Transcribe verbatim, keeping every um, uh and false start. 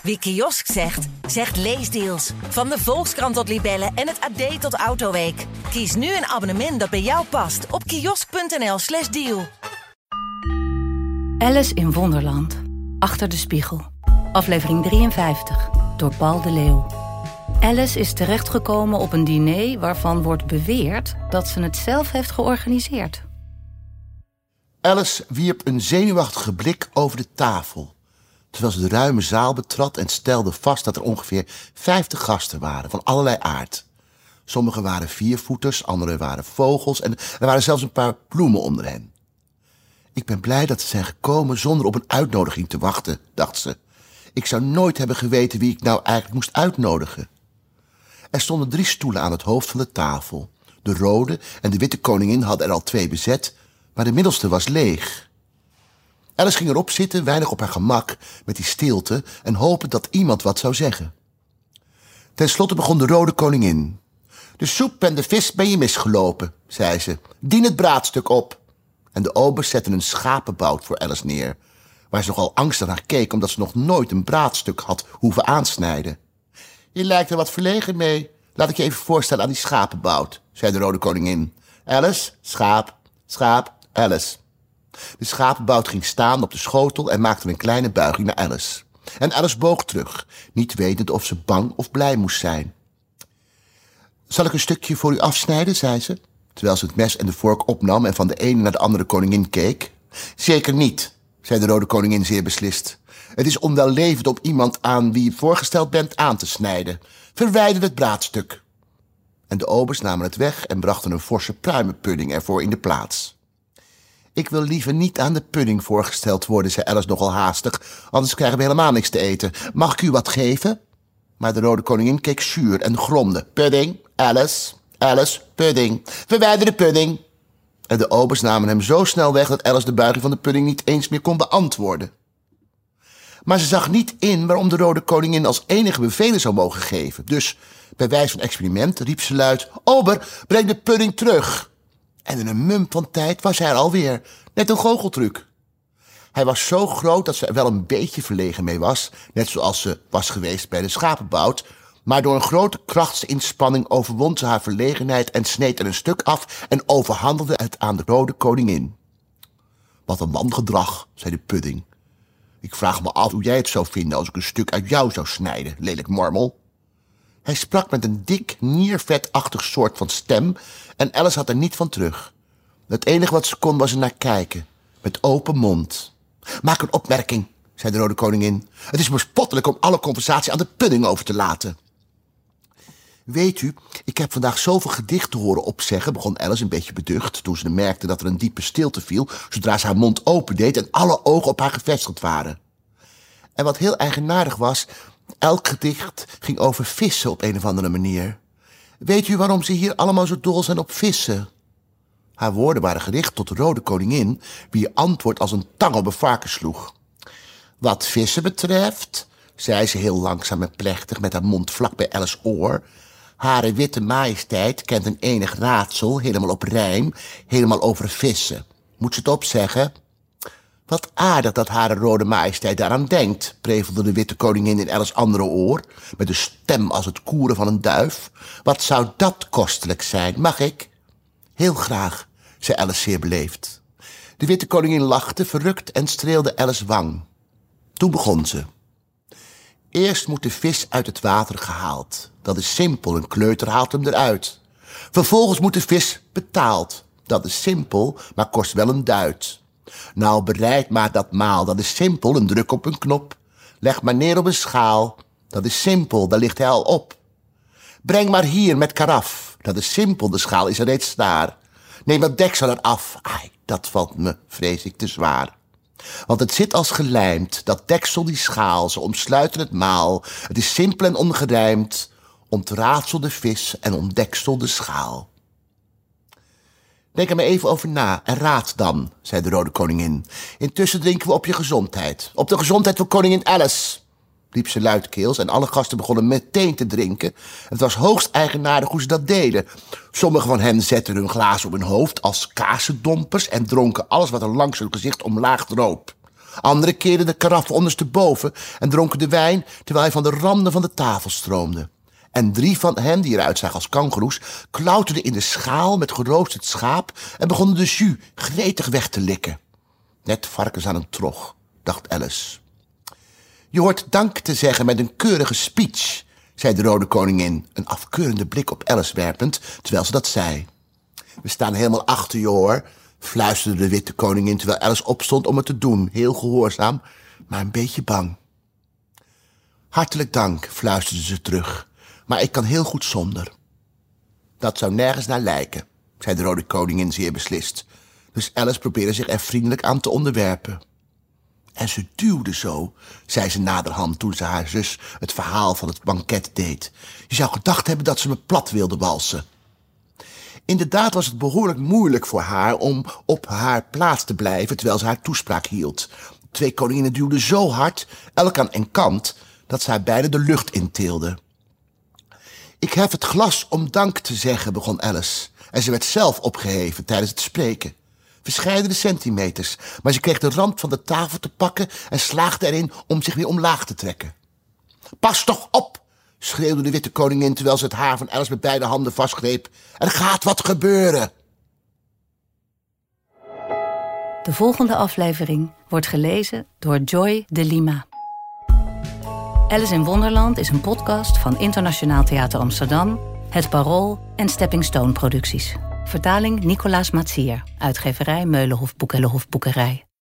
Wie kiosk zegt, zegt leesdeals. Van de Volkskrant tot Libellen en het A D tot Autoweek. Kies nu een abonnement dat bij jou past op kiosk.nl slash deal. Alice in Wonderland. Achter de spiegel. Aflevering drieënvijftig. Door Paul de Leeuw. Alice is terechtgekomen op een diner waarvan wordt beweerd dat ze het zelf heeft georganiseerd. Alice wierp een zenuwachtige blik over de tafel, terwijl ze de ruime zaal betrad en stelde vast dat er ongeveer vijftig gasten waren, van allerlei aard. Sommigen waren viervoeters, anderen waren vogels en er waren zelfs een paar bloemen onder hen. Ik ben blij dat ze zijn gekomen zonder op een uitnodiging te wachten, dacht ze. Ik zou nooit hebben geweten wie ik nou eigenlijk moest uitnodigen. Er stonden drie stoelen aan het hoofd van de tafel. De rode en de witte koningin hadden er al twee bezet, maar de middelste was leeg. Alice ging erop zitten, weinig op haar gemak, met die stilte en hopen dat iemand wat zou zeggen. Ten slotte begon de rode koningin. De soep en de vis ben je misgelopen, zei ze. Dien het braadstuk op. En de obers zetten een schapenbout voor Alice neer, waar ze nogal angstig naar keek, omdat ze nog nooit een braadstuk had hoeven aansnijden. Je lijkt er wat verlegen mee. Laat ik je even voorstellen aan die schapenbout, zei de rode koningin. Alice, schaap, schaap, Alice. De schapenbout ging staan op de schotel en maakte een kleine buiging naar Alice. En Alice boog terug, niet wetend of ze bang of blij moest zijn. Zal ik een stukje voor u afsnijden, zei ze, terwijl ze het mes en de vork opnam en van de ene naar de andere koningin keek. Zeker niet, zei de rode koningin zeer beslist. Het is onwellevend om iemand aan wie je voorgesteld bent aan te snijden. Verwijder het braadstuk. En de obers namen het weg en brachten een forse pruimenpudding ervoor in de plaats. Ik wil liever niet aan de pudding voorgesteld worden, zei Alice nogal haastig, anders krijgen we helemaal niks te eten. Mag ik u wat geven? Maar de rode koningin keek zuur en gromde. Pudding, Alice, Alice, pudding. Verwijder de pudding. En de obers namen hem zo snel weg dat Alice de buiging van de pudding niet eens meer kon beantwoorden. Maar ze zag niet in waarom de rode koningin als enige bevelen zou mogen geven. Dus, bij wijze van experiment, riep ze luid, Ober, breng de pudding terug. En in een mum van tijd was hij er alweer, net een goocheltruc. Hij was zo groot dat ze er wel een beetje verlegen mee was, net zoals ze was geweest bij de schapenbout, maar door een grote krachtsinspanning overwon ze haar verlegenheid en sneed er een stuk af en overhandigde het aan de rode koningin. Wat een wangedrag, zei de pudding. Ik vraag me af hoe jij het zou vinden als ik een stuk uit jou zou snijden, lelijk mormel. Hij sprak met een dik, niervetachtig soort van stem en Alice had er niet van terug. Het enige wat ze kon was er naar kijken, met open mond. Maak een opmerking, zei de rode koningin. Het is bespottelijk om alle conversatie aan de pudding over te laten. Weet u, ik heb vandaag zoveel gedichten horen opzeggen, begon Alice een beetje beducht, toen ze merkte dat er een diepe stilte viel, zodra ze haar mond opendeed en alle ogen op haar gevestigd waren. En wat heel eigenaardig was, elk gedicht ging over vissen op een of andere manier. Weet u waarom ze hier allemaal zo dol zijn op vissen? Haar woorden waren gericht tot de rode koningin, wie je antwoord als een tang op een varken sloeg. Wat vissen betreft, zei ze heel langzaam en plechtig met haar mond vlak bij Alice's oor, Hare witte majesteit kent een enig raadsel, helemaal op rijm, helemaal over vissen. Moet ze het opzeggen? Wat aardig dat hare rode majesteit daaraan denkt, prevelde de witte koningin in Alice's andere oor, met een stem als het koeren van een duif. Wat zou dat kostelijk zijn, mag ik? Heel graag, zei Alice zeer beleefd. De witte koningin lachte, verrukt en streelde Alice's wang. Toen begon ze. Eerst moet de vis uit het water gehaald. Dat is simpel, een kleuter haalt hem eruit. Vervolgens moet de vis betaald. Dat is simpel, maar kost wel een duit. Nou, bereid maar dat maal, dat is simpel, een druk op een knop. Leg maar neer op een schaal, dat is simpel, daar ligt hij al op. Breng maar hier met karaf, dat is simpel, de schaal is er reeds klaar. Neem het deksel eraf, ai, dat valt me, vrees ik, te zwaar. Want het zit als gelijmd, dat deksel die schaal, ze omsluiten het maal. Het is simpel en ongerijmd, ontraadsel de vis en ontdeksel de schaal. Denk er maar even over na en raad dan, zei de rode koningin. Intussen drinken we op je gezondheid. Op de gezondheid van koningin Alice, riep ze luidkeels en alle gasten begonnen meteen te drinken. Het was hoogst eigenaardig hoe ze dat deden. Sommigen van hen zetten hun glazen op hun hoofd als kaassendompers en dronken alles wat er langs hun gezicht omlaag droop. Anderen keerden de karaffen ondersteboven en dronken de wijn terwijl hij van de randen van de tafel stroomde. En drie van hen, die eruit zagen als kangoeroes, klauterden in de schaal met geroosterd schaap en begonnen de jus gretig weg te likken. Net varkens aan een trog, dacht Alice. Je hoort dank te zeggen met een keurige speech, zei de Rode Koningin, een afkeurende blik op Alice werpend, terwijl ze dat zei. We staan helemaal achter je, hoor, fluisterde de Witte Koningin terwijl Alice opstond om het te doen, heel gehoorzaam, maar een beetje bang. Hartelijk dank, fluisterde ze terug, maar ik kan heel goed zonder. Dat zou nergens naar lijken, zei de Rode Koningin zeer beslist, dus Alice probeerde zich er vriendelijk aan te onderwerpen. En ze duwde zo, zei ze naderhand toen ze haar zus het verhaal van het banket deed. Je zou gedacht hebben dat ze me plat wilde walsen. Inderdaad was het behoorlijk moeilijk voor haar om op haar plaats te blijven terwijl ze haar toespraak hield. De twee koninginnen duwden zo hard, elk aan een kant, dat ze haar beide de lucht inteelden. Ik hef het glas om dank te zeggen, begon Alice. En ze werd zelf opgeheven tijdens het spreken. Verscheidene centimeters, maar ze kreeg de rand van de tafel te pakken en slaagde erin om zich weer omlaag te trekken. Pas toch op, schreeuwde de Witte Koningin terwijl ze het haar van Alice met beide handen vastgreep. Er gaat wat gebeuren. De volgende aflevering wordt gelezen door Joy de Lima. Alice in Wonderland is een podcast van Internationaal Theater Amsterdam, Het Parool en Stepping Stone Producties. Vertaling Nicolaas Matsier, uitgeverij Meulenhof Boekelhof Boekerij.